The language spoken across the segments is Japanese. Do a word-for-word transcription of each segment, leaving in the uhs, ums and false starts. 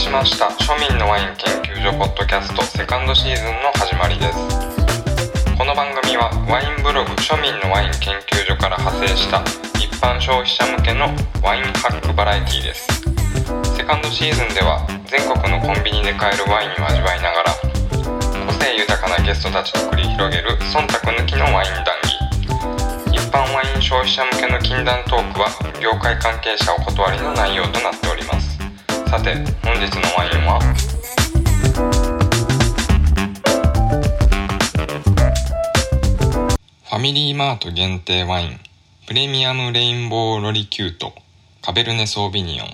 しました。庶民のワイン研究所ポッドキャストセカンドシーズンの始まりです。この番組はワインブログ庶民のワイン研究所から派生した一般消費者向けのワインハックバラエティです。セカンドシーズンでは全国のコンビニで買えるワインを味わいながら個性豊かなゲストたちと繰り広げる忖度抜きのワイン談義。一般ワイン消費者向けの禁断トークは業界関係者お断りの内容となっております。さて本日のワインはファミリーマート限定ワインプレミアムレインボーロリキュートカベルネソービニオン。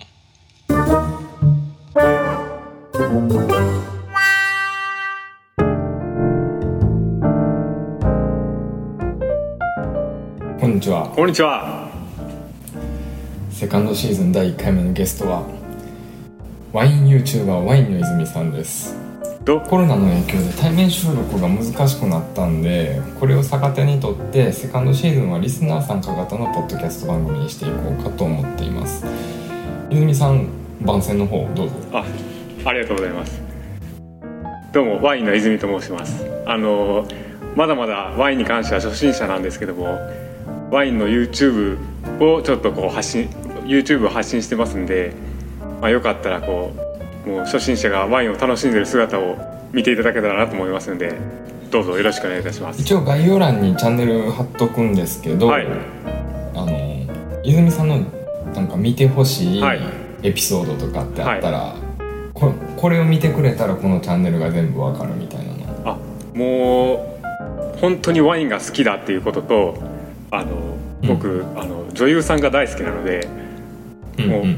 こんにちは。 こんにちは。 セカンドシーズンだいいっかいめのゲストはワイン YouTuber ワインの泉さんです。コロナの影響で対面収録が難しくなったんで、これを逆手にとってセカンドシーズンはリスナー参加型のポッドキャスト番組にしていこうかと思っています。泉さん、番宣の方どうぞ。 あ、ありがとうございます。どうもワインの泉と申します。あのまだまだワインに関しては初心者なんですけども、ワインの YouTube をちょっとこう発信 YouTube を発信してますんで、まあ、よかったらこうもう初心者がワインを楽しんでいる姿を見ていただけたらなと思いますので、どうぞよろしくお願いいたします。 一応概要欄にチャンネル貼っとくんですけど、はい、あの泉さんのなんか見てほしいエピソードとかってあったら、はい、こ, これを見てくれたらこのチャンネルが全部わかるみたいなの。 あ、もう本当にワインが好きだっていうことと、あの僕、うん、あの女優さんが大好きなので、もう、うんうんうん、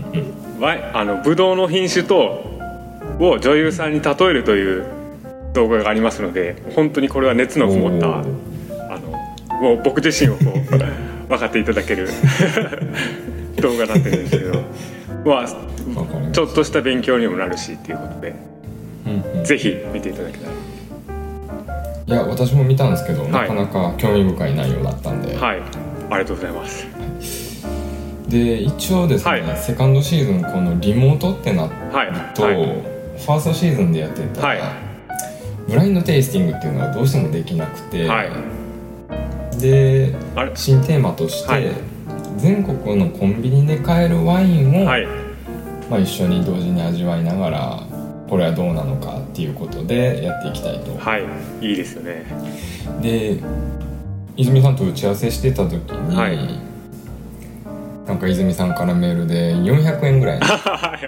ワイあのブドウの品種とを女優さんに例えるという動画がありますので、本当にこれは熱のこもったあのもう僕自身をこう分かっていただける動画になってるんですけど、まあ、ちょっとした勉強にもなるしっていうことで、うんうん、ぜひ見ていただけたら。 いや私も見たんですけど、はい、なかなか興味深い内容だったんで、 はい、ありがとうございます。 で一応ですね、はい、セカンドシーズンこのリモートってなると、はいはい、ファーストシーズンでやってた、はい、ブラインドテイスティングっていうのはどうしてもできなくて、はい、で新テーマとして、はい、全国のコンビニで買えるワインを、はい、まあ、一緒に同時に味わいながらこれはどうなのかっていうことでやっていきたいと。 はい、いいですよね。 で泉さんと打ち合わせしてた時に、はい、なんか泉さんからメールでよんひゃくえんぐらいの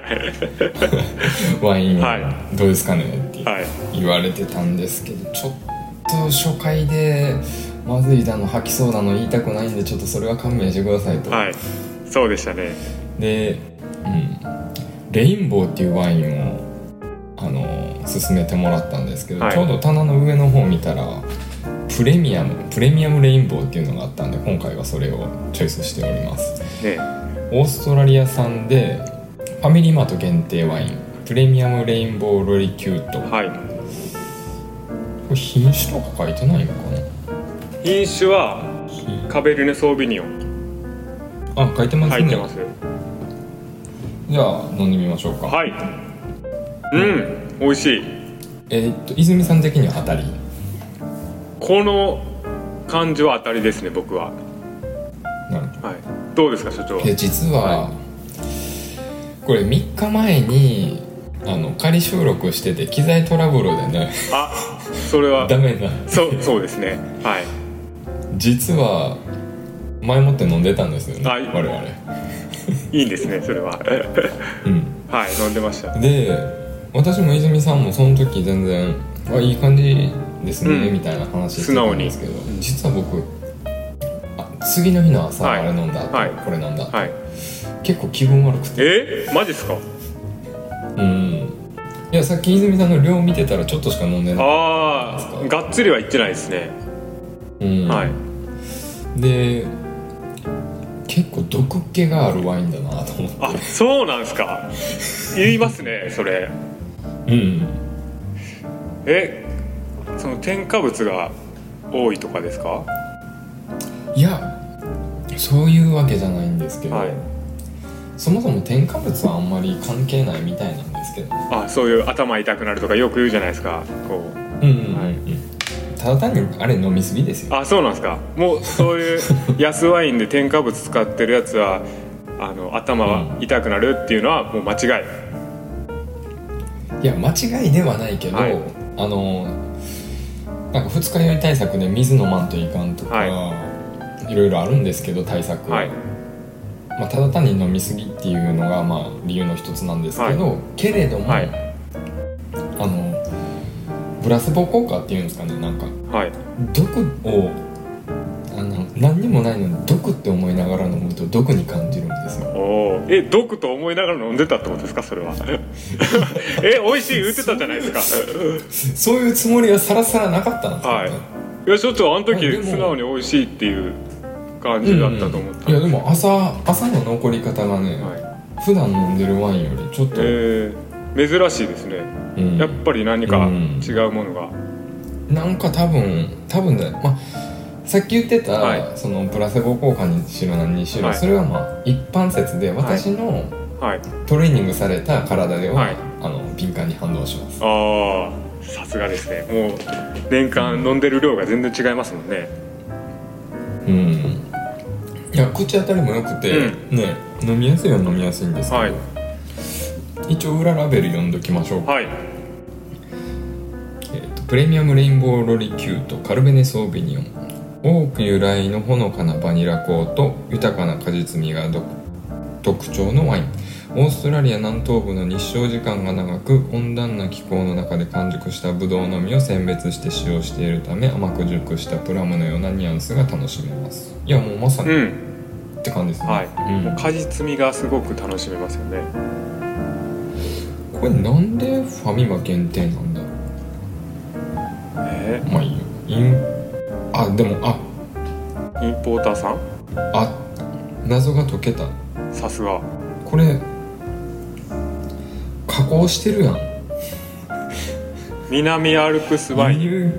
ワインどうですかねって言われてたんですけど、ちょっと初回でまずいだの吐きそうなの言いたくないんで、ちょっとそれは勘弁してくださいと。 はい、そうでしたね。 で、うん、レインボーっていうワインをあの勧めてもらったんですけど、はい、ちょうど棚の上の方見たらプレミアムプレミアムレインボーっていうのがあったんで、今回はそれをチョイスしております、ね、オーストラリア産でファミリーマート限定ワインプレミアムレインボーロリキュート、はい、これ品種とか書いてないのかな。 品種はカベルネソービニオン。 あ、書いてますね。 書いてます。 じゃあ飲んでみましょうか。 はい。うん、美味しい。 えー、っと泉さん的には当たり？ この感じは当たりですね、僕は。 なるほど。 はい。どうですか所長。 いや実は、はい、これみっかまえにあの仮収録してて機材トラブルでね。 あ、それはダメな。 そうそうですね。はい。 実は前もって飲んでたんですよね、我々。 いいんですね、それは。うん。はい、飲んでました。 で、私も泉さんもその時全然あいい感じですね、うん、みたいな話してたんですけど、うん、実は僕あ次の日の朝、はい、あれ飲んだ後、はい、これ飲んだ後、はい、結構気分悪くて。 えー、マジっすか。 うん。いやさっき泉さんの量見てたらちょっとしか飲んでない。 ああ、がっつりは言ってないですね。 うん、はい。で結構毒気があるワインだなと思って。 あ、そうなんですか。言いますねそれ。 うん。 え、その添加物が多いとかですか。 いやそういうわけじゃないんですけど、はい、 そもそも添加物はあんまり関係ないみたいなんですけど、 あ、そういう頭痛くなるとかよく言うじゃないですか。こう、 うんうんうん、はい、ただ単にあれ飲みすぎですよ。 あ、そうなんですか。もうそういう安ワインで添加物使ってるやつはあの頭は痛くなるっていうのはもう間違い。 いや間違いではないけど、はい、あのなんか二日酔い対策で水飲まんといかんとか、はい、いろいろあるんですけど対策は、はい、まあ、ただ単に飲みすぎっていうのがまあ理由の一つなんですけど、はい、けれども、はい、あのプラセボ効果っていうんですかね、なんか、はい、毒をあの何にもないのに毒って思いながら飲むと毒に感じるんですよ。 おえ毒と思いながら飲んでたってことですか、それは。え美味しい言ってたじゃないですか。 そういうつもりはさらさらなかったんですよね。はい、 いやちょっとあの時素直に美味しいっていう感じだったと思った、 うんうん、いやでも朝朝の残り方がね、はい、普段飲んでるワインよりちょっと、 えー、珍しいですね、うん、やっぱり何か違うものが、 うん、なんか多分多分ね、まあさっき言ってた、はい、そのプラセボ効果にしろ何にしろ、はい、それはまあ一般説で私のトレーニングされた体では、はい、あの敏感に反応します。 ああさすがですね。もう年間飲んでる量が全然違いますもんね。 うん、いや口当たりも良くて、うん、ね飲みやすいは飲みやすいんですけど、はい、一応裏ラベル読んどきましょう。はい、えーと、プレミアムレインボーロリキュートカルベネソービニオン、オーク由来のほのかなバニラ香と豊かな果実味が特徴のワイン。オーストラリア南東部の日照時間が長く温暖な気候の中で完熟したブドウの実を選別して使用しているため、甘く熟したプラムのようなニュアンスが楽しめます。いやもうまさに、うん、って感じですね、はい、うん、 もう果実味がすごく楽しめますよね。 これなんでファミマ限定なんだろう。 えー、 まあいいよ。インあでもあインポーターさん、 あ謎が解けた。 さすが。 これ加工してるやん。 南アルプスワイン。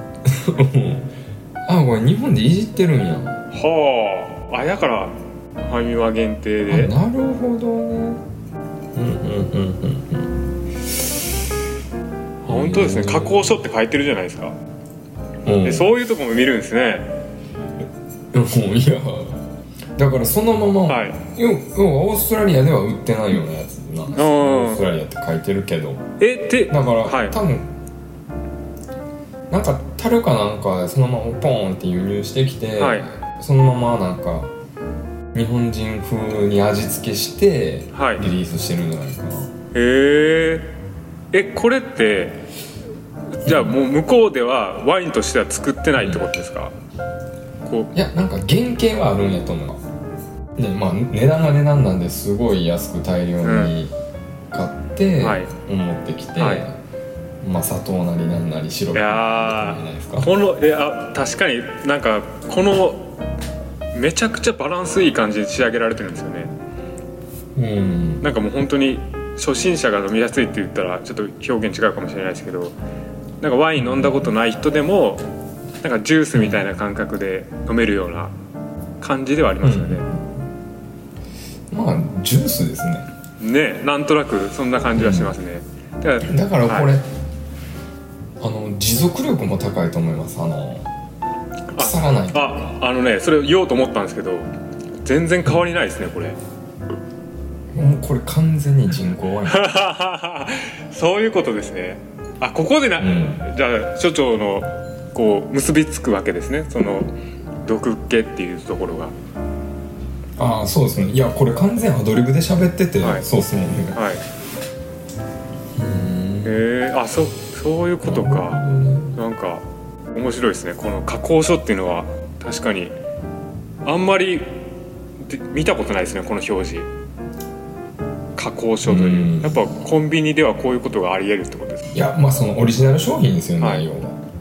あこれ日本でいじってるんや。 はあ、あやからファミマ限定で。 あなるほどね。うんうんうんうんうん。 本当ですね。加工書って書いてるじゃないですか。うん、でそういうとこも見るんですね。 いやだからそのまま、はい、要はオーストラリアでは売ってないようなやつなんですよ。オーストラリアって書いてるけど、 えってだから、 はい、 多分なんか樽かなんかでそのままポーンって輸入してきて、はい、そのままなんか日本人風に味付けしてリリースしてるんじゃないかな、はい、 へえこれってじゃあもう向こうではワインとしては作ってないってことですか、 うん、こういやなんか原型はあるんやと思う。でまあ値段が値段なんですごい安く大量に買って、うんはい、持ってきて、はい、まあ砂糖なりなんなりシロップなりじゃないですか。 このいや確かになんかこのめちゃくちゃバランスいい感じで仕上げられてるんですよね。うんなんかもう本当に初心者が飲みやすいって言ったらちょっと表現違うかもしれないですけど、なんかワイン飲んだことない人でもなんかジュースみたいな感覚で飲めるような感じではありますよね、 うん、まあジュースですね。 ねなんとなくそんな感じはしますね、 うん、だから、だからこれ、はい、あの持続力も高いと思います。あの腐らないとか。 あ、あのねそれを言おうと思ったんですけど全然変わりないですねこれ。 もうこれ完全に人工ワインそういうことですね。あここでな、うん、じゃあ所長のこう結びつくわけですね、その毒っ気っていうところが。 ああそうですね。いやこれ完全アドリブで喋ってて、はい、そうですもんね。はい。 うんへえあそそういうことか。な, なんか面白いですね。この加工書っていうのは確かにあんまり見たことないですねこの表示。加工書という、やっぱコンビニではこういうことがあり得るってことですか。 いやまあそのオリジナル商品ですよね、はい、要は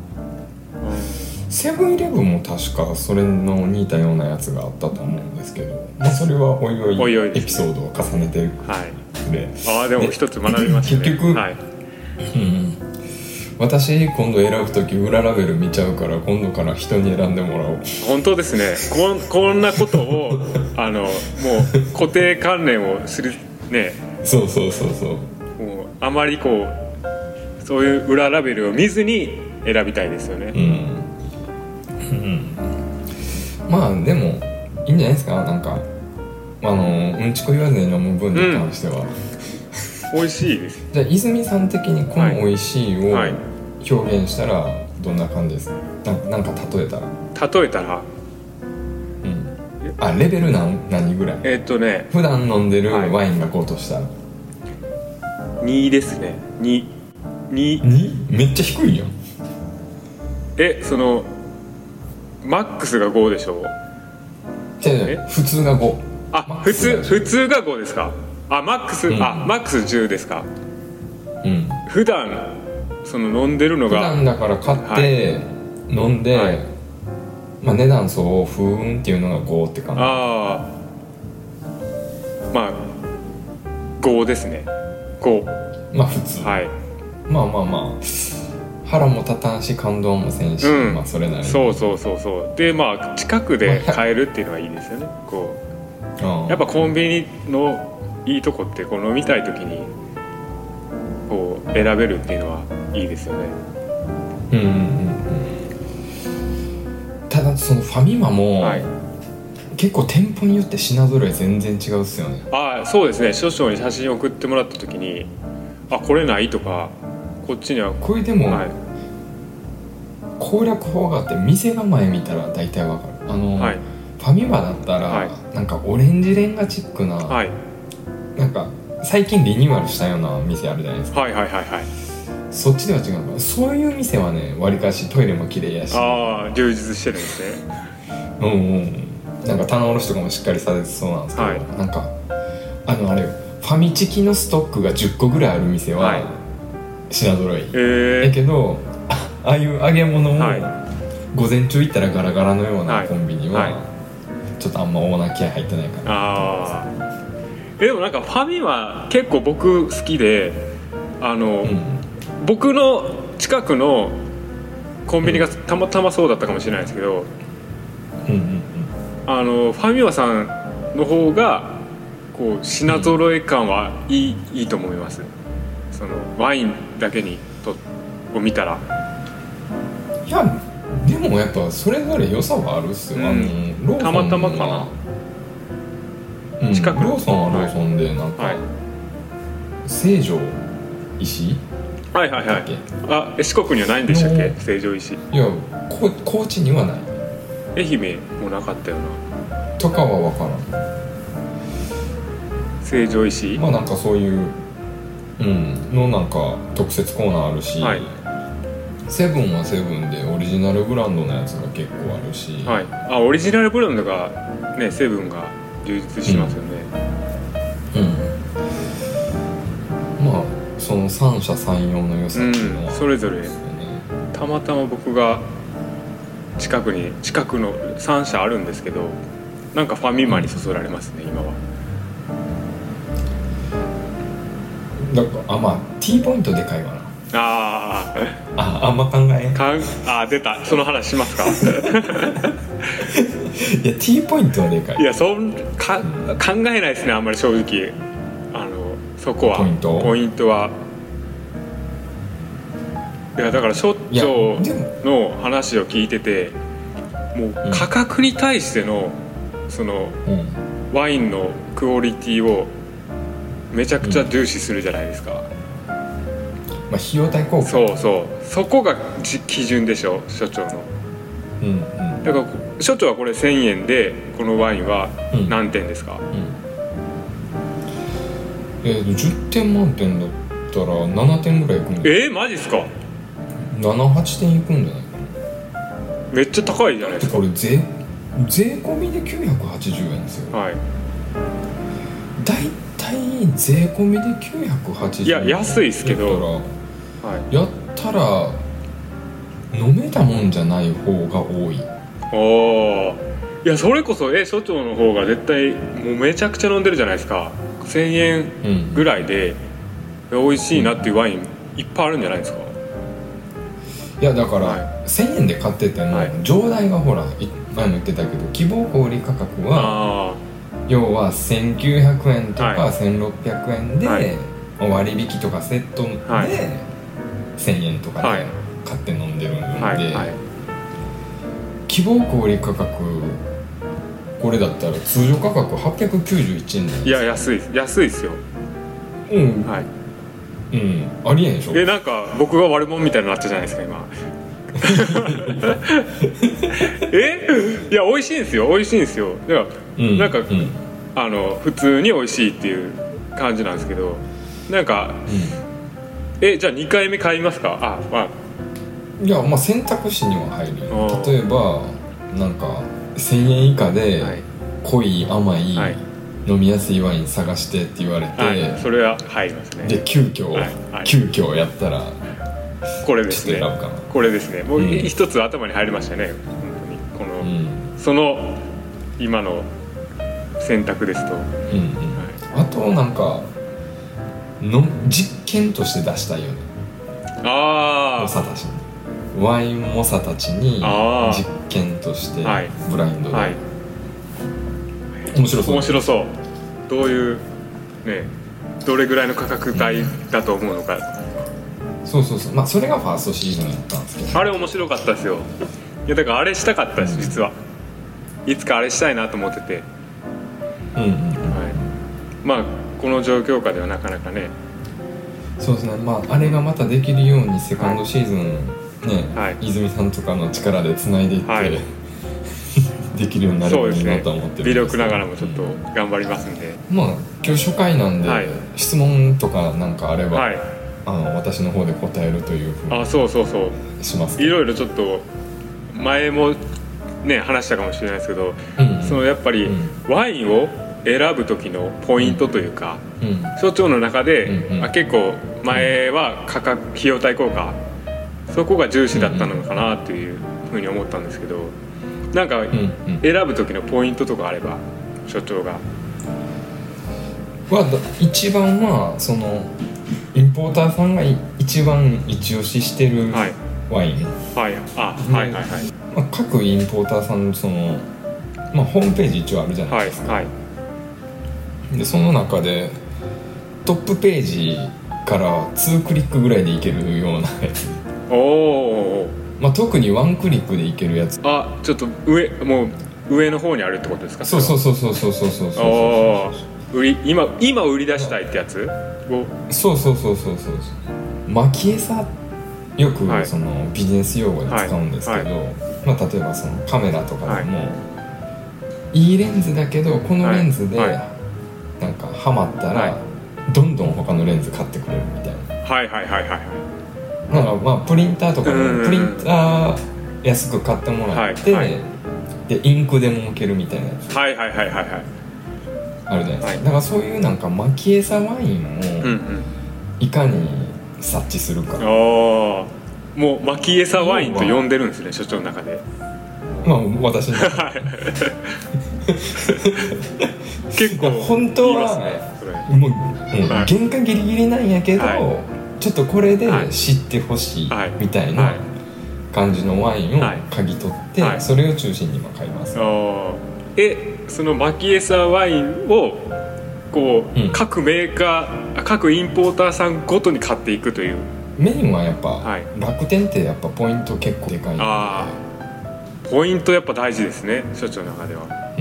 セブンイレブンも確かそれの似たようなやつがあったと思うんですけど、まあ、それはおいおいエピソードを重ねていく、 はい、でああでも一つ学びましたね結局、 はいうん、 私今度選ぶとき裏ラベル見ちゃうから今度から人に選んでもらおう。 本当ですね。こん、こんなことをあのもう固定観念をするね。 そうそうそうそう。 もうあまりこうそういう裏ラベルを見ずに選びたいですよね。 うん、うん、まあでもいいんじゃないですか。なんかあのうんちこ言わずに飲む分に関しては、 うん、美味しいです。 じゃあ泉さん的にこの美味しいをはい表現したらどんな感じですか。なんか例えたら例えたら、 うん、あレベル 何, 何ぐらい。 えー、っとね普段飲んでるワインがごとしたら、はい、 にですね。ににめっちゃ低いやん。 えそのマックスがごでしょ。 じゃあ普通がご。 あ普通普通がごですか。あマックス、うん、あマックスじゅうですか。 うん普段その飲んでるのが普段だから買って飲んで、はい、まあ値段そうふーんっていうのがごって感じ。 ああまあごですね。ごまあ普通。 はいまあまあまあ腹も立たんし感動もせんし、うん、まあそれなりにそうそうそうそうでまあ近くで買えるっていうのはいいですよね。こうやっぱコンビニのいいとこってこう飲みたい時にこう選べるっていうのはいいですよね。 うんうんうん。ただそのファミマも、はい、結構店舗によって品揃え全然違うっすよね。 ああそうですね。少々に写真送ってもらった時にあこれないとかこっちにはこれでも、はい、攻略法があって店構え見たら大体わかる。あの、はい、ファミマだったら、はい、なんかオレンジレンガチックな、はい、なんか最近リニューアルしたような店あるじゃないですか。 はいはいはいはい。 そっちでは違うか。そういう店はねわりかしトイレも綺麗やし、 ああ充実してるんですね。 うんうんなんか棚卸しとかもしっかりされてそうなんですけど、はい、なんかあのあれファミチキのストックがじゅっこぐらいある店は、はい品揃い、えー、だけど あ, ああいう揚げ物を、はい、午前中行ったらガラガラのようなコンビニは、はいはい、ちょっとあんま大な気合入ってないかな。 あえでもなんかファミは結構僕好きであの、うん、僕の近くのコンビニがたまたまそうだったかもしれないですけど、うんうんうん、あのファミマさんの方がこう品揃え感はいい、うん、いいと思います。そのワインだけにとを見たらいやでもやっぱそれぞれ良さはあるっすよ、うん、あのローソンたまたまかな、 うん、近くローソンはローソンでなんか、はい、成城石井はいはいはいあ四国にはないんでしたっけ成城石井。 いや高知にはない。 愛媛もなかったよなとかは分からん。 成城石井まあなんかそういううん、のなんか特設コーナーあるし、はい、セブンはセブンでオリジナルブランドのやつが結構あるし、 はい、あオリジナルブランドがねセブンが充実しますよね。 うん、うん、まあその三者三様の良さっていうのは、 うん、それぞれたまたま僕が近くに近くのさん社あるんですけどなんかファミマにそそられますね、うん、今は。 だからあまあ T ポイントでかいわな。 あああんま考えんかんあ出たその話しますか。 いや T ポイントはでかい。 いやそんか考えないですねあんまり正直あのそこはポイントポイントはいやだから所長の話を聞いててもう価格に対してのその、うん、ワインのクオリティをめちゃくちゃ重視するじゃないですか、うんまあ、費用対効果そうそうそこが基準でしょ所長の、うんうん、だから所長はこれせんえんでこのワインは何点ですか、うんうんえー、じゅってん満点だったらななてんぐらいいくんだえー、マジっすか。 ななはちてんいくんじゃないかな。 めっちゃ高いじゃないですか。 これ 税, 税込みできゅうひゃくはちじゅうえんですよ。はいだいたい税込みできゅうひゃくはちじゅうえんいや安いっすけどはい、やったら飲めたもんじゃない方が多い。 ああいやそれこそえ所長の方が絶対もうめちゃくちゃ飲んでるじゃないですか。せんえんぐらいで、うん、美味しいなっていうワインいっぱいあるんじゃないですか。 いやだから、はい、せんえんで買ってても、はい、上代がほら前も言ってたけど希望小売価格は要はせんきゅうひゃくえんとかせんろっぴゃくえんで、はい、割引とかセットでせんえんとかで買って飲んでるんで、はいはいはい、希望小売価格これだったら通常価格はっぴゃくきゅうじゅういちえんなんです。 いや安い安いですよ。 うん、はい、うん、ありえんでしょ。 えなんか僕が悪者みたいになっちゃうじゃないですか今えいや美味しいんですよ美味しいんですよ。いや、うん、なんか、うん、あの普通に美味しいっていう感じなんですけどなんか、うん、えじゃあにかいめ買いますか。あ、まあ、 いやまあ選択肢には入る。例えばなんかせんえん以下で濃い甘い、はい、飲みやすいワイン探してって言われて、はい、 それは入りますね。 で急遽、はいはい、急遽やったらこれですね。これですね。もう一つ頭に入りましたね。本当にこの、うん、その今の選択ですと、うんうんはい、あとなんかの実験として出したいよね。 ああ。 猛者たちにワイン猛者たちに実験としてブラインドで、はいはい、面白そう。 面白そう。どういうねどれぐらいの価格帯だと思うのか。 そうそうそう、まあそれがファーストシーズンだったんですけど、 あれ面白かったですよ。いやだからあれしたかったです、うん、実はいつかあれしたいなと思ってて、うんうん、はい、まあこの状況下ではなかなかね。 そうですね、まああれがまたできるようにセカンドシーズンね、はい、泉さんとかの力でつないでいって、はい、できるようになればいいなと思ってるんですけど、 微力ながらもちょっと頑張りますんで、 まあ今日初回なんで、はい、質問とかなんかあれば、はい、あの私の方で答えるというふうにあそうそうそうします。 いろいろちょっと前もね話したかもしれないですけど、うんうん、そのやっぱりワインを選ぶ時のポイントというか、うん、所長の中で、うんうん、あ結構前は価格費用対効果そこが重視だったのかなというふうに思ったんですけど、なんか選ぶ時のポイントとかあれば所長がは一番はそのインポーターさんが一番一押ししてるワイン、 はいはい、あはいはいはい、 まあ、各インポーターさんのその、まあ、ホームページ一応あるじゃないですか、はいはい、でその中でトップページからにクリックぐらいでいけるようなやつ、 お、 まあ、特にワンクリックでいけるやつ、 あちょっと上もう上の方にあるってことですか。 そうそうそうそうそうそうそうそう売り 今, 今売り出したいってやつをそうそうそうそうそうマキエサよくそのビジネス用語で使うんですけど、はいはいまあ、例えばそのカメラとかでも、はい、いいレンズだけどこのレンズでなんかハマったらどんどん他のレンズ買ってくれるみたいな、 はいはいはいはいなんかまあプリンターとかもプリンター安く買ってもらって、はいはい、でインクでも置けるみたいなやつ、 はいはいはいはいはいあるじゃないですか、はい、だからそういうなんかマキエサワインをいかに察知するか、 うんうん、あもうマキエサワインと呼んでるんですね、所長の中で。 まあ私の結構本当は、ね、もう、うんはい、原価ギリギリなんやけど、はい、ちょっとこれで知ってほしいみたいな感じのワインを嗅ぎ取って、はいはい、それを中心に今買います、 あえそのマキエサワインをこう、うん、各メーカー各インポーターさんごとに買っていくという。 メインはやっぱ、はい、楽天ってやっぱポイント結構でかいんで、 あポイントやっぱ大事ですね、所長の中では。 うん、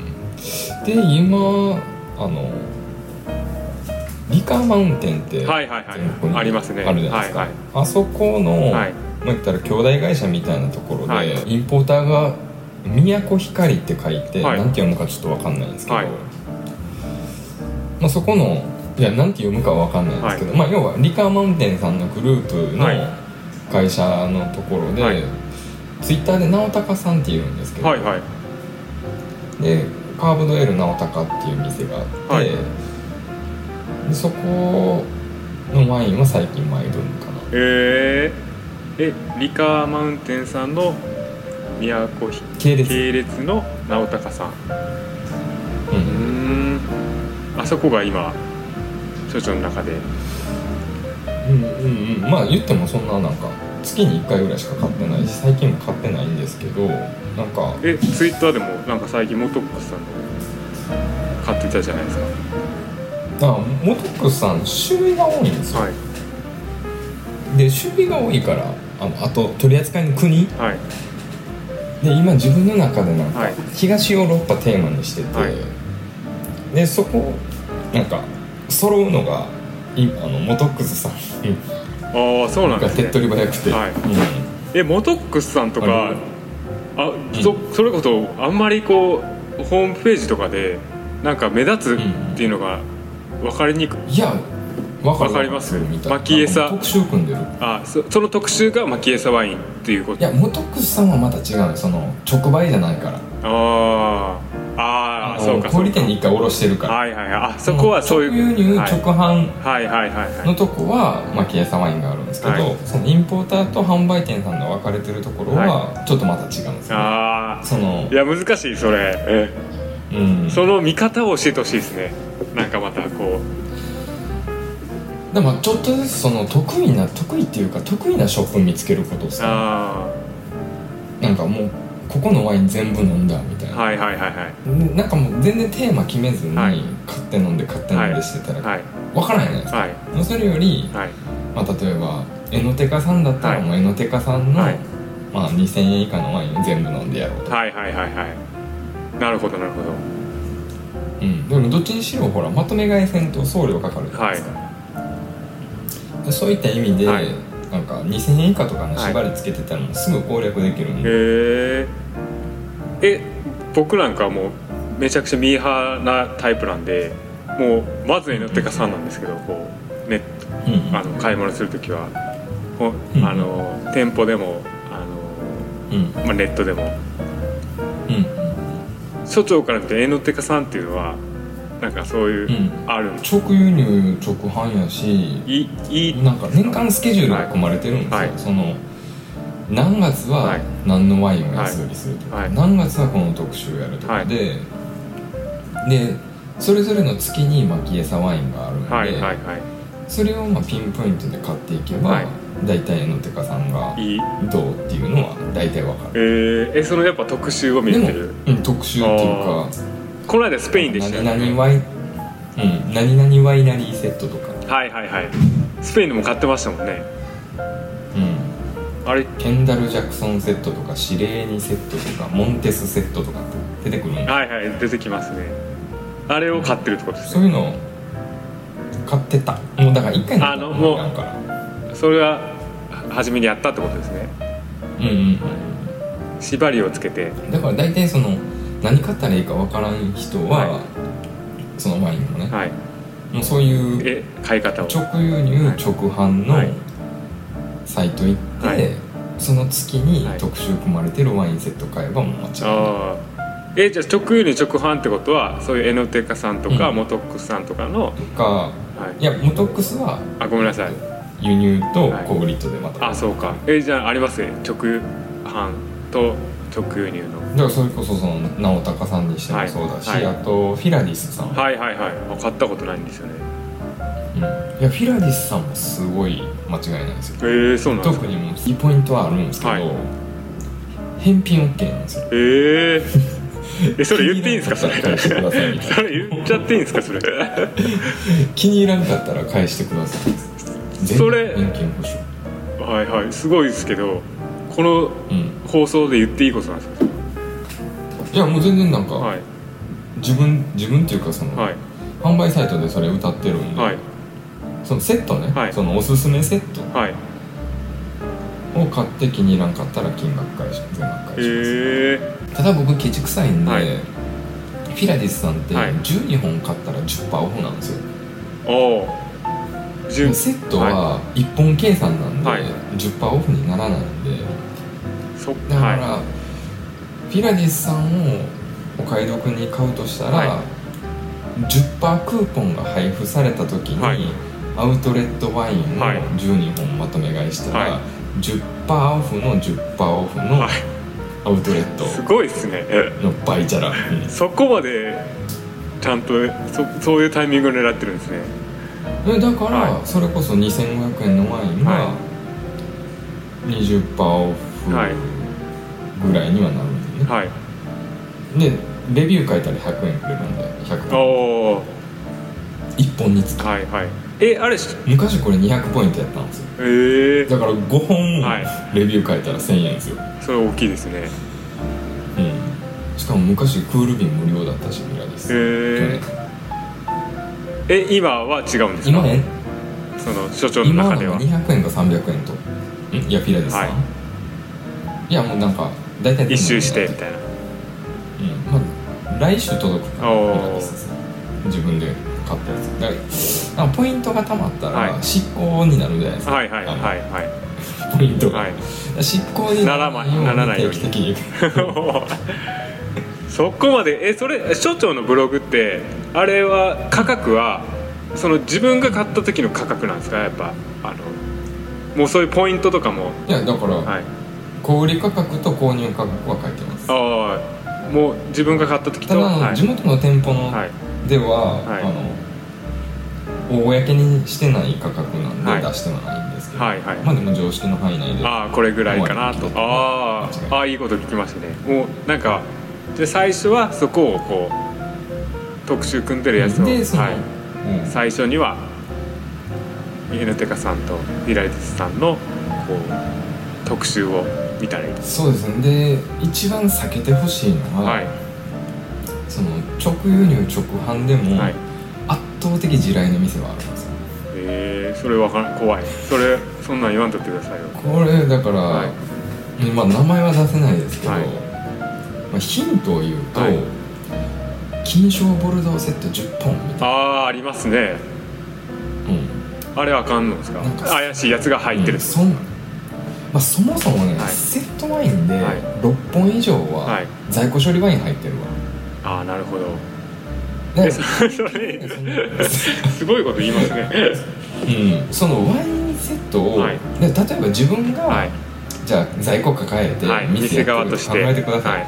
で今あのリカーマウンテンって全国にあるじゃないですか、はいはいはい、あそこの、はい、まあ、言ったら兄弟会社みたいなところで、はい、インポーターが都光って書いて、はい、なんて読むかちょっと分かんないんですけど、はい、まあ、そこのいやなんて読むかは分かんないんですけど、はい、まあ、要はリカーマウンテンさんのグループの会社のところで、はい、ツイッターで直高さんっていうんですけど、はいはい、でカーブドエール直高っていう店があって、はい、でそこのワインは最近マイブームかな。 えー、えリカーマウンテンさんの都系列系列の直高さん、うん、うーんあそこが今所長の中で、 うんうんうん、まあ言ってもそんななんか月にいっかいぐらいしか買ってないし、最近も買ってないんですけど、なんかえツイッターでもなんか最近モトックスさんの買ってたじゃないですか。 あモトックスさん種類が多いんですよ、はい、で種類が多いから、あのあと取り扱いの国、はい、で今自分の中でなんか東ヨーロッパテーマにしてて、はい、でそこなんか揃うのがいあのモトックスさんああそうなんですね。 が手っ取り早くて、はいうん、 えモトックスさんとかあ、うん、そ, それこそあんまりこうホームページとかでなんか目立つっていうのが分かりにくい、うん、 いや分か, かりますマキエサ特集組んでる。 あ そ, その特集がマキエサワインっていうこと。 いやモトックスさんはまた違う、その直売じゃないから。 あああそうか、 小売店に一回卸してるから。 はいはいはい、あそこはそういう直輸入、はい、直販のとこはマキエサワインがあるんですけど、はい、そのインポーターと販売店さんの分かれてるところはちょっとまた違うんですね、 はい、ああそのいや難しいそれえ、うん、その見方を教えてほしいですね。なんかまたこうでもちょっとずつその得意な得意っていうか得意なショップ見つけることさ、あなんかもうここのワイン全部飲んだみたいな、 はいはいはいはい、 なんかもう全然テーマ決めずに買って飲んで買って飲んでしてたら分からないじゃないですか、はい、もうそれより、はいまあ、例えばエノテカさんだったらもうエノテカさんの、はいまあ、にせんえん以下のワインを全部飲んでやろうと。 はいはいはいはいなるほどなるほど、 うん、でもどっちにしろほらまとめ買いせんと送料かかるじゃないですか、はいそういった意味で、はい、なんかにせんえん以下とかの縛りつけてたらもうすぐ攻略できるんで、はい、へえ僕なんかはもうめちゃくちゃミーハーなタイプなんでもうまずエノテカさんなんですけど、こうネット、うんうん、あの買い物するときは、うん、あの店舗でもあの、うんまあ、ネットでも、うん、所長から見てエノテカさんっていうのはなんかそういう、うん、ある直輸入直販やしいいなんか年間スケジュールが組まれてるんですよ、はい、その何月は何のワインを安売りするとか、はい、何月はこの特集やるとかで、はい、でそれぞれの月にマキエサワインがあるんで、はいはいはい、それをまあピンポイントで買っていけば、はい、大体エノテカさんがどうっていうのは大体わかる。えー、えそのやっぱ特集を見てる。 でも、うん、特集っていうかこの間スペインでしたよね。 何々ワイ、うん、何々ワイナリーセットとか。 はいはいはい。スペインでも買ってましたもんね。 うん。あれケンダル・ジャクソンセットとかシレーニセットとかモンテスセットとかって出てくるんはいはい出てきますね。あれを買ってるってことですね。 そういうのを買ってた。もうだから一回のもうなんから。それは初めにやったってことですね。うんうん、うん。縛りをつけて。 だから大体その。何買ったらいいか分からん人は、はい、そのワインもね、はい、もうそういうえ買い方を直輸入、はい、直販のサイト行って、はい、その月に特集組まれてるワインセット買えばもう間違いない。あえじゃあ直輸入直販ってことはそういうエノテカさんとか、うん、モトックスさんとかのとか、はい、いやモトックスはあごめんなさい輸入と小売とでまた、 はい、あそうかえじゃあありますね直販と直輸入のだからそれこそその直高さんにしてもそうだし、はいはい、あとフィラディスさんはいはいはい買ったことないんですよね、 うん、いやフィラディスさんもすごい間違いないんですよ。 えー、そうなんですか。 特にもういいポイントはあるんですけど、はい、返品 OK なんですよ。 えーえそれ言っていいんですかそれ返してくださいみたいなそれ言っちゃっていいんですかそれ気に入らんかったら返してください。 それ返金保証はいはいすごいですけどこの放送で言っていいことなんですか。 いやもう全然なんか、はい、自分自分っていうかその、はい、販売サイトでそれ歌ってるんで、はい、そのセットね、はい、そのおすすめセットを買って気に入らんかったら金額返し全額返します、えー、ただ僕ケチくさいんで、はい、フィラディスさんってじゅうにほん買ったら じゅっパーセント オフなんですよ。おーセットはいっぽん計算なんで、はい、じゅっパーセント オフにならないんでそだから、はいフィラディスさんをお買い得に買うとしたら、はい、じゅっパーセント クーポンが配布された時に、はい、アウトレットワインをじゅうにほんまとめ買いしたら、はい、じゅっパーセント オフの じゅっパーセント オフのアウトレットすごいですねの倍チャラそこまでちゃんと そ, そういうタイミングを狙ってるんですね。 だから、はい、それこそにせんごひゃくえんのワインが、はいにじゅっパーセント オフぐらいにはなるんですね、 はい、 でレビュー書いたらひゃくえんくれるんでひゃくポイントおいっぽんにつき、 はいはい、えあれ昔これにひゃくポイントやったんですよ。 えー、 だからごほんはいレビュー書いたらせんえんですよ。 それ大きいですね。 うん、しかも昔クール便無料だったしミラです。 へええ今は違うんですか？ 今ねその所長の中では今はにひゃくえんかさんびゃくえんとんいやピラですさん、はい、いやもうなんか大体一周してみたいな、 うんまあ、来週届くからミラです自分で買ったやつだからポイントがたまったら執行になるじゃないですか。 はいはいはいはいポイントが、はい、執行にならないように定期的にそこまでえそれ所長のブログってあれは価格はその自分が買った時の価格なんですか？やっぱあのもうそういうポイントとかもいやだから、はい、小売価格と購入価格は書いてます。 ああもう自分が買った時とただ、はい、地元の店舗の、はい、では、はい、あの公にしてない価格なんで、はい、出してはないんですけど、はいはい、まあでも常識の範囲内でああこれぐらいかなとあああいいこと聞きましたね。もうなんかで最初はそこをこう特集組んでるやつをでその、はいうん、最初にはエヌテカさんとピラティスさんのこう特集を見たらいいです。 そうですね。で一番避けてほしいのは、はい、その直輸入直販でも、はい、圧倒的地雷の店はあるんですよ。 えー、それは怖い。それそんなん言わんとってくださいよ。 これだから、はい、まあ名前は出せないですけど、はいまあ、ヒントを言うと、はい、金賞ボルドーセットじゅっぽんみたいな。 あーありますね。うん。あれあかんのですか？なんか怪しいやつが入ってる。うん、そんまあ、そもそもね、はい、セットワインでろっぽん以上は在庫処理ワイン入ってるわ。 ああなるほど。えそれすごいこと言いますね。 うん、そのワインセットを、はい、で例えば自分が、はい、じゃあ在庫抱えて、はい、店側として考えてください、はい、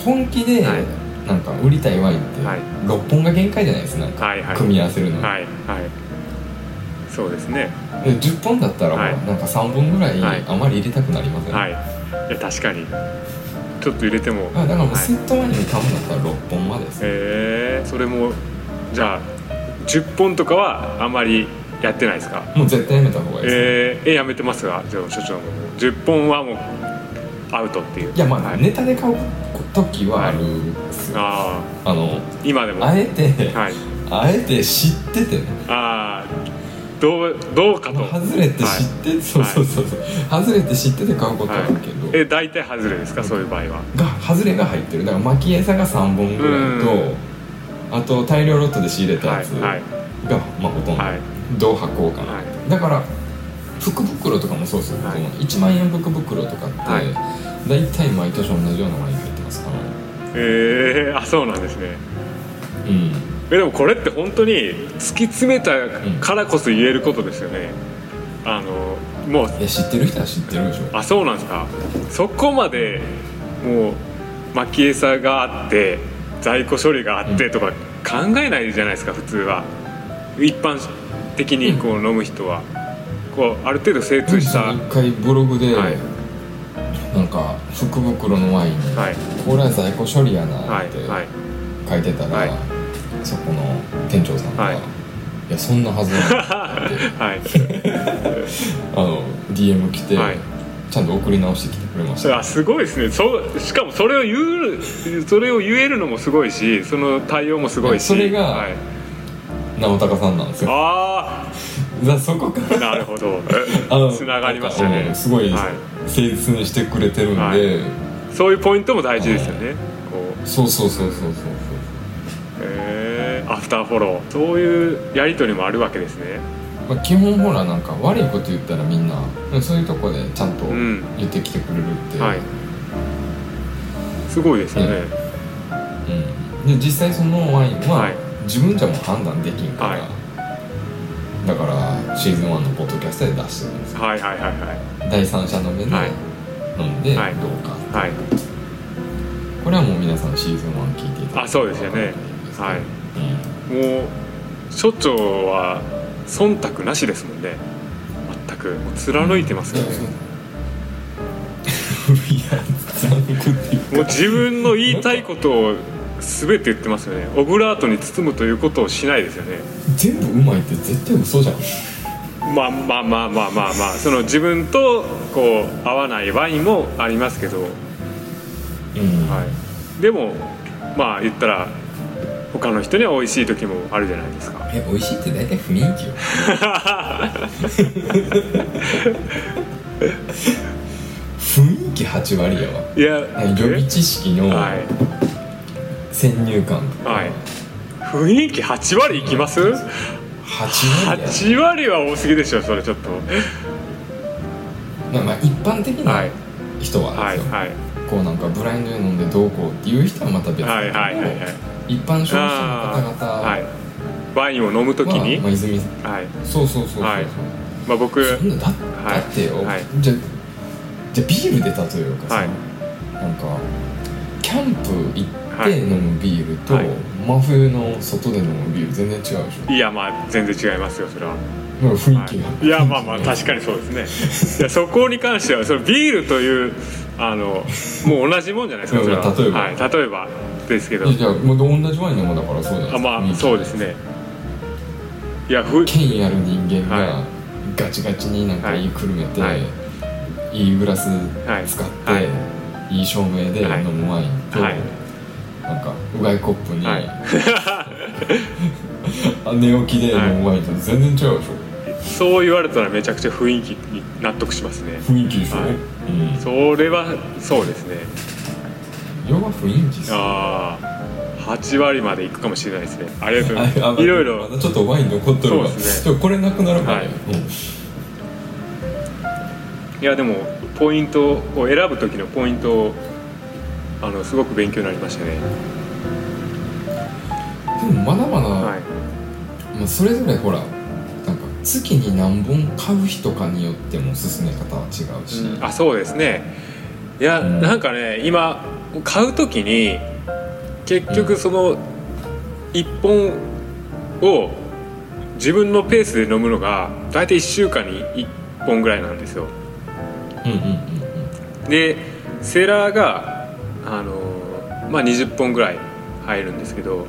本気で、はい、なんか売りたいワインって、はい、ろっぽんが限界じゃないですか、なんか、はいはい、組み合わせるの、 はいはい、そうですね。 でじゅっぽんだったら、はい、なんかさんぼんぐらいあまり入れたくなりません、 はい、いや確かにちょっと入れてもだからもうセットワインに買うんだったらろっぽんまでです、ね、 へえそれもじゃあじゅっぽんとかはあんまりやってないですか？ もう絶対やめた方がいいです、ね、 えー、えやめてますがじゃあ所長もじゅっぽんはもうアウトっていう。 いやまあ、はい、ネタで買う時はあるんですよ、はい、ああの今でもあえて、はい、あえて知っててねああどう、どうかと外れて知って、はい、そうそうそうそう、はい、外れて知ってて買うことあるけど、 はい、え大体外れですか、そういう場合はが外れが入ってる。だから巻き餌がさんぼんぐらいとあと大量ロットで仕入れたやつが、はいはい、まあほとんど、はい、同箱かな、はい、だから福袋とかもそうですよ、はい、いちまんえん福袋とかって、はい、大体毎年同じようなワイン入ってますから。 えー、あそうなんですね。 うんえでもこれって本当に突き詰めたからこそ言えることですよね、うん、あのもういや知ってる人は知ってるでしょ。 あそうなんですか。そこまでもう巻き餌があって在庫処理があってとか考えないじゃないですか普通は。一般的にこう飲む人は、うん、こうある程度精通した。 一回ブログで、はい、なんか福袋のワインに、はい、これは在庫処理やなって書いてたら、はいはいそこの店長さんが、はい、いやそんなはずないって、はい、あの ディーエム 来て、はい、ちゃんと送り直してきてくれました。 あすごいですね。そしかもそれを言うそれを言えるのもすごいしその対応もすごいしそれが、はい、直高さんなんですよ。 ああそこからなるほどつながりましたね。 すごい誠実にしてくれてるんで、はい、 そういうポイントも大事ですよね、はい、 こうそうそうそうそうそうアフターフォローそういうやり取りもあるわけですね、 まあ、基本ほらなんか悪いこと言ったらみんなそういうとこでちゃんと言ってきてくれるって、うんはい、 すごいですよね、 うん、で実際そのワインは自分じゃもう判断できんから、はい、だからシーズンワンのポッドキャストで出してるんですよ、 はいはいはいはい、 第三者の目で飲んでどうか、はいはい、これはもう皆さんシーズンワン聞いていただいてあそうですよね、はいうん、もう所長は忖度なしですもんね。全く貫いてますよね、 るやん貫くっていうかもう自分の言いたいことを全て言ってますよね。オブラートに包むということをしないですよね。 全部うまいって絶対嘘じゃん。 まあまあまあまあまあまあその自分とこう合わないワインもありますけど、うんはい、でもまあ言ったら他の人には美味しい時もあるじゃないですか。 え美味しいって大体雰囲気よ雰囲気はち割やわ。 いや予備知識の先入観とか、 はい、雰囲気はち割いきます？はち割や。はち割は多すぎでしょそれちょっと。 まあまあ一般的な人はですよ、はいはいはい、こうなんかブラインドで飲んでどうこうっていう人はまた別だけど、はいはいはいはい、一般消費者の方々は、はい、 ワインを飲むときに、 まあ、泉、はい、そうそうそうそう、はい、 まあ、僕そんな だ, だってよ、はい、じゃじゃビールで例えようかさ、はい、なんかキャンプ行って飲むビールと、はい、真冬の外で飲むビール全然違うでしょ。 いやまあ全然違いますよそれは。 雰囲気が、 はい、いやまあまあ確かにそうですね。いやそこに関してはそのビールというあのもう同じもんじゃないですか。それは例えば、はい、例えばですけど。 いやもう同じワインのものだからそうじゃないですか。あまあそうですね。いやふ権威ある人間がガチガチになんか言いくるめて、はい、いいグラス使って、はい、いい照明で飲むワインと、はい、なんかうがいコップに、はい、寝起きで飲むワインと全然違うでしょ。 そう言われたらめちゃくちゃ雰囲気に納得しますね。 雰囲気でしょ、はいうん、 それはそうですね。 要は雰囲気ですよ。 ああはち割までいくかもしれないですね。ありがとうございます。いろいろまだちょっとワイン残っとるわ。そうですね。これなくなるから、ねはいうん、いやでもポイントを選ぶ時のポイントをあのすごく勉強になりましたね。 でもまだまだ、はいまあ、それぞれほら月に何本買う日とかによっても進め方は違うし、 うん、あそうですね。いや、うん、なんかね今買う時に結局そのいっぽんを自分のペースで飲むのが大体いっしゅうかんにいっぽんぐらいなんですよ、うんうんうんうん、でセラーが、あのーまあ、にじゅっぽんぐらい入るんですけど、うんうん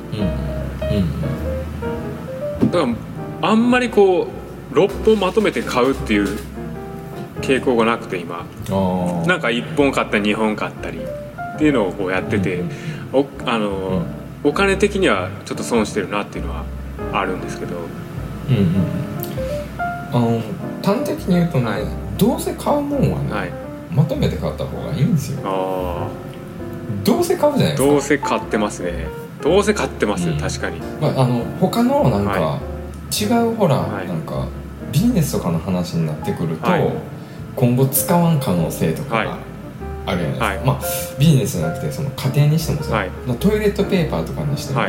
うん、だからあんまりこうろっぽんまとめて買うっていう傾向がなくて今なんかいっぽん買ったりにほん買ったりっていうのをこうやってて、うん、お, あの、うん、お金的にはちょっと損してるなっていうのはあるんですけど、うんうん、 あの端的に言うとね、はい、どうせ買うもんはね、はい、まとめて買った方がいいんですよ。あどうせ買うじゃないですか。 どうせ買ってますね。どうせ買ってます、うん、確かに、 まあ、あの他のなんか、はい、違うほら、はい、なんかビジネスとかの話になってくると、はい、今後使わん可能性とかがあるじゃないですか、はいまあ、ビジネスじゃなくてその家庭にしてもさ、はい、トイレットペーパーとかにしても、はい、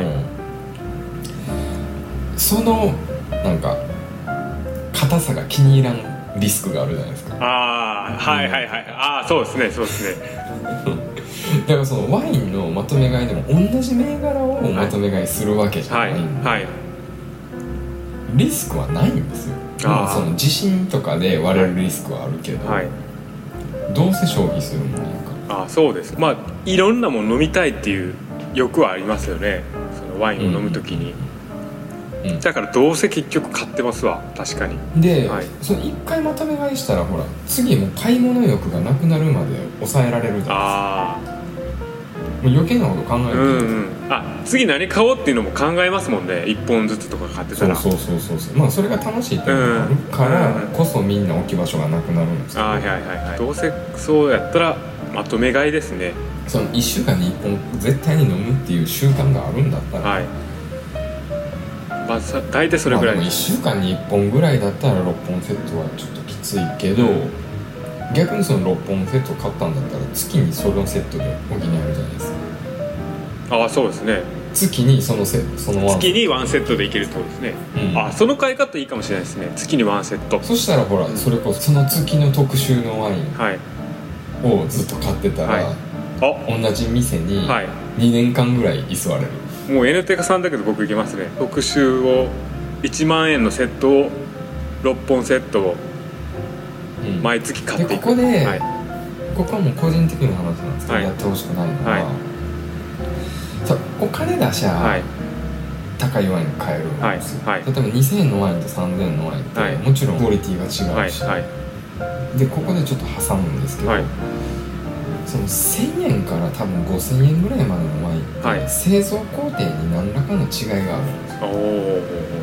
そのなんか硬さが気に入らんリスクがあるじゃないですか。 ああはいはいはい、うん、ああそうですねそうですねだからそのワインのまとめ買いでも同じ銘柄をまとめ買いするわけじゃないんで、はいはいはい、リスクはないんですよ。まあ、その地震とかで割れるリスクはあるけど、はい、どうせ消費するもんやから。 あそうです。まあいろんなもの飲みたいっていう欲はありますよね。そのワインを飲むときに、うんうん、だからどうせ結局買ってますわ。確かに。 で、はい、そのいっかいまとめ買いしたらほら次も買い物欲がなくなるまで抑えられるじゃないですか。あもう余計なこと考えて、うんうん、 あ次何買おうっていうのも考えますもんね。いっぽんずつとか買ってたら。 そうそうそうそう。まあそれが楽しいっていうのがあるからこそみんな置き場所がなくなるんですけど、あはいはいはい、 どうせそうやったらまとめ買いですね。 そのいっしゅうかんにいっぽん絶対に飲むっていう習慣があるんだったら、はいまあ、大体それぐらい、 まあ、でもいっしゅうかんにいっぽんぐらいだったらろっぽんセットはちょっときついけど、うん、逆にそのろっぽんセット買ったんだったら月にそのセットで補えるじゃないですか。 ああそうですね。 月にそのセその月にワンセットでいけるってことですね、うん、あその買い方いいかもしれないですね。月にワンセット。 そしたらほら、うん、それこそその月の特集のワインをずっと買ってたら、はい、あ同じ店ににねんかんぐらい居座れる、 はい、もう N テカさんだけど僕いけますね。特集をいちまんえんのセットをろっぽんセットを毎月買っていく、 うん、でここで、はい、 ここはもう個人的な話なんですけど、はい、やってほしくないのは、はい、さお金出しゃ、はい、高いワイン買えるんですよ、はいはい、例えばにせんえんのワインとさんぜんえんのワインって、はい、もちろんクオリティが違うし、はいはい、でここでちょっと挟むんですけど、はい、そのせんえんから多分ごせんえんぐらいまでのワインって、はい、製造工程に何らかの違いがあるんですよ。お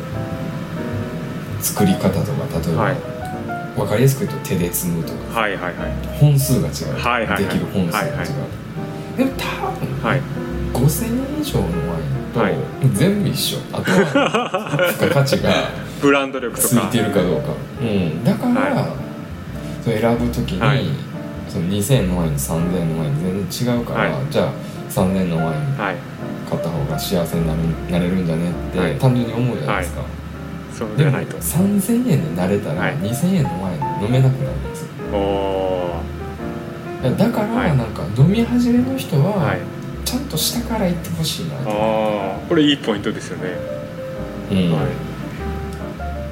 作り方とか、例えば、はい、分かりやすく言うと手で摘むとか、はいはいはい、本数が違う、はいはいはい、できる本数が違う、はいはい、でも多分、はい、ごせんえん以上のワインと、はい、全部一緒。あとは付加価値がブランド力とかついてるかどうか、うん、だから、はい、それ選ぶときに、はい、そのにせんえんのワインとさんぜんえんのワイン全然違うから、はい、じゃあさんぜんえんのワイン買った方が幸せになる、なれるんじゃねって、はい、単純に思うじゃないですか、はい、 そうじゃないと。 でもさんぜんえんで慣れたら、はい、にせんえんのワイン飲めなくなるんですよ。おだから、はい、なんか飲み始めの人は、はい、ちゃんと下から行ってほしいなと。 あこれいいポイントですよね、 うんはい、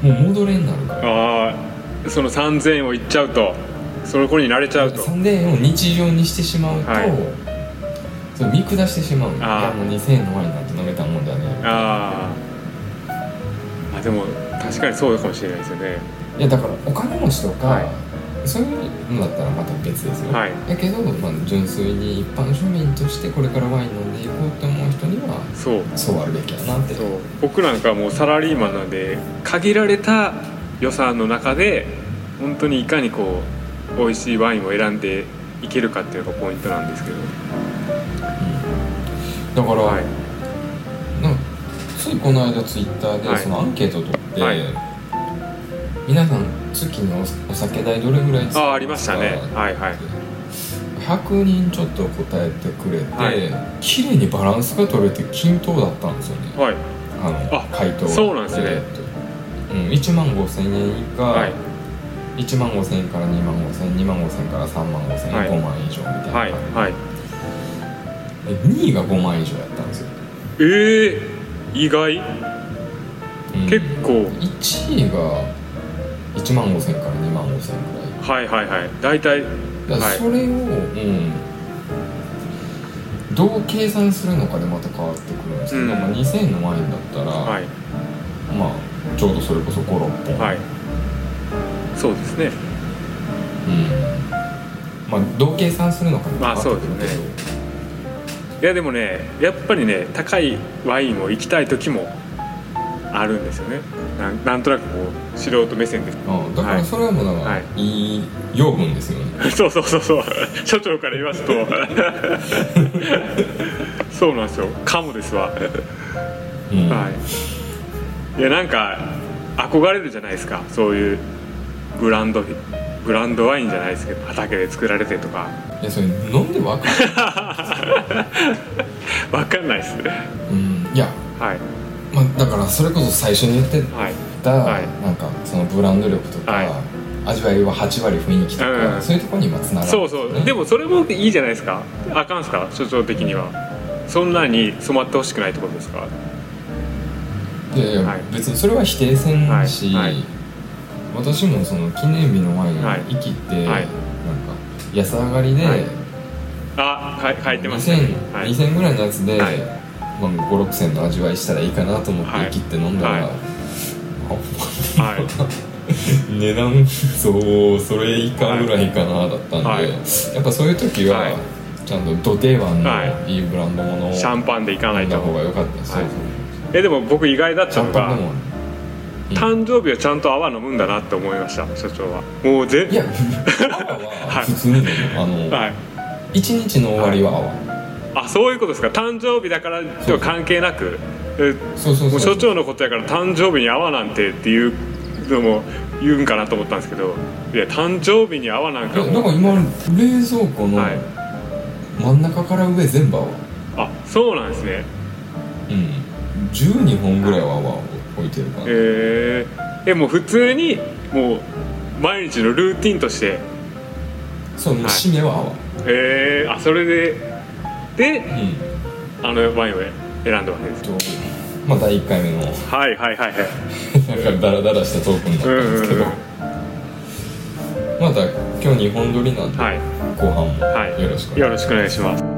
もう戻れになるから。 あそのさんぜんえんをいっちゃうとその頃に慣れちゃうとさんぜんえんを日常にしてしまうと、はい、それ見下してしまう。いやもうにせんえんのワインなんて飲めたもんじゃねえ。ああでも確かにそうかもしれないですよね。 いやだからお金持ちとか、はい、そういうのだったらまた別ですよ、はい、だけど、まあ、純粋に一般庶民としてこれからワイン飲んでいこうと思う人にはそうそうあるべきやなって。 そう僕なんかもうサラリーマンなんで限られた予算の中で本当にいかにこう美味しいワインを選んでいけるかっていうのがポイントなんですけど、うん、 だから、はい、なんかついこの間ツイッターでそのアンケートを取って、はいはい、皆さん月に お, お酒代どれぐらい使うあありましたね、はいはい、 ひゃくにんちょっと答えてくれて、はい、綺麗にバランスが取れて均等だったんですよね、はい、あのあ回答がそうなんですね、えーうん、いちまんごせんえん以下、はい、いちまんごせんえんからにまんごせんえん、にまんごせんえんからさんまんごせんえん、はい、ごまん以上みたいな感じで、はいはい、にいがごまん以上やったんですよ。 えー、意外、うん、結構いちいがいちまんごせんからにまんごせんぐらい、はいはいはい、大体だそれを、はいうん、どう計算するのかでまた変わってくるんですけど、うんまあ、にせんえんのワインだったら、はい、まあちょうどそれこそご、ろっぽん、はい、 そうですね、 うんまあ、どう計算するのかで変わってくるけど、まあそうですね、 いやでもねやっぱりね高いワインを行きたい時もあるんですよね。 な, なんとなくこう素人目線でああだからそれはもうなんか、はい、いい養分ですよね。 そうそうそうそう所長から言わすとそうなんですよ、かもですわ、うんはい、いやなんか憧れるじゃないですか、そういうブランドブランドワインじゃないですけど畑で作られてとか。 いやそれ飲んで分かる分かんないですね、 うん、いや、はいまあ、だからそれこそ最初に言ってた、はい、なんかそのブランド力とか、はい、味わいははちわり雰囲気とか、うん、そういうところに今つながる、ね、そうそうでもそれもいいじゃないですか。あかんすか所長的にはそんなに染まってほしくないってことですか。 いやいや、はい、別にそれは否定せんし、はいはい、私もその記念日のワイン生きて、はいはい、なんか安上がりで、はい、 あは書いてますね、はい、にせんえんぐらいのやつで、はいまあ、ご、ろくせんの味わいしたらいいかなと思って生きて飲んだら、はいはいはい、値段そうそれ以下ぐらいかなだったんで、はい、やっぱそういう時は、はい、ちゃんとド定番のいいブランドものをシャンパンでいかないと飲んだ方が良かったです、はい、 えでも僕意外だったのが、うん、誕生日はちゃんと泡飲むんだなって思いました所長は。もうぜいや泡は普通に飲む、はい、あの、はい、いちにちの終わりは泡、はいあそういうことですか。誕生日だからとは関係なく所長のことやから誕生日に泡なんてっていうのも言うんかなと思ったんですけど、いや誕生日に泡なんかもだから今冷蔵庫の真ん中から上全部泡、はい、 あそうなんですね。 うんじゅうにほんぐらいは泡を置いてるから、 えー、えもう普通にもう毎日のルーティンとしてそう、もう締めは泡、 えー、あそれでで、うん、あのワインを選んだわけです。 まあだいいっかいめのはいはいはいはいなんかダラダラしたトークになったんですけど、うんうんうん、 また今日にほん撮りなんで、 はい、 後半もよろしくお願いします。 よろしくお願いします。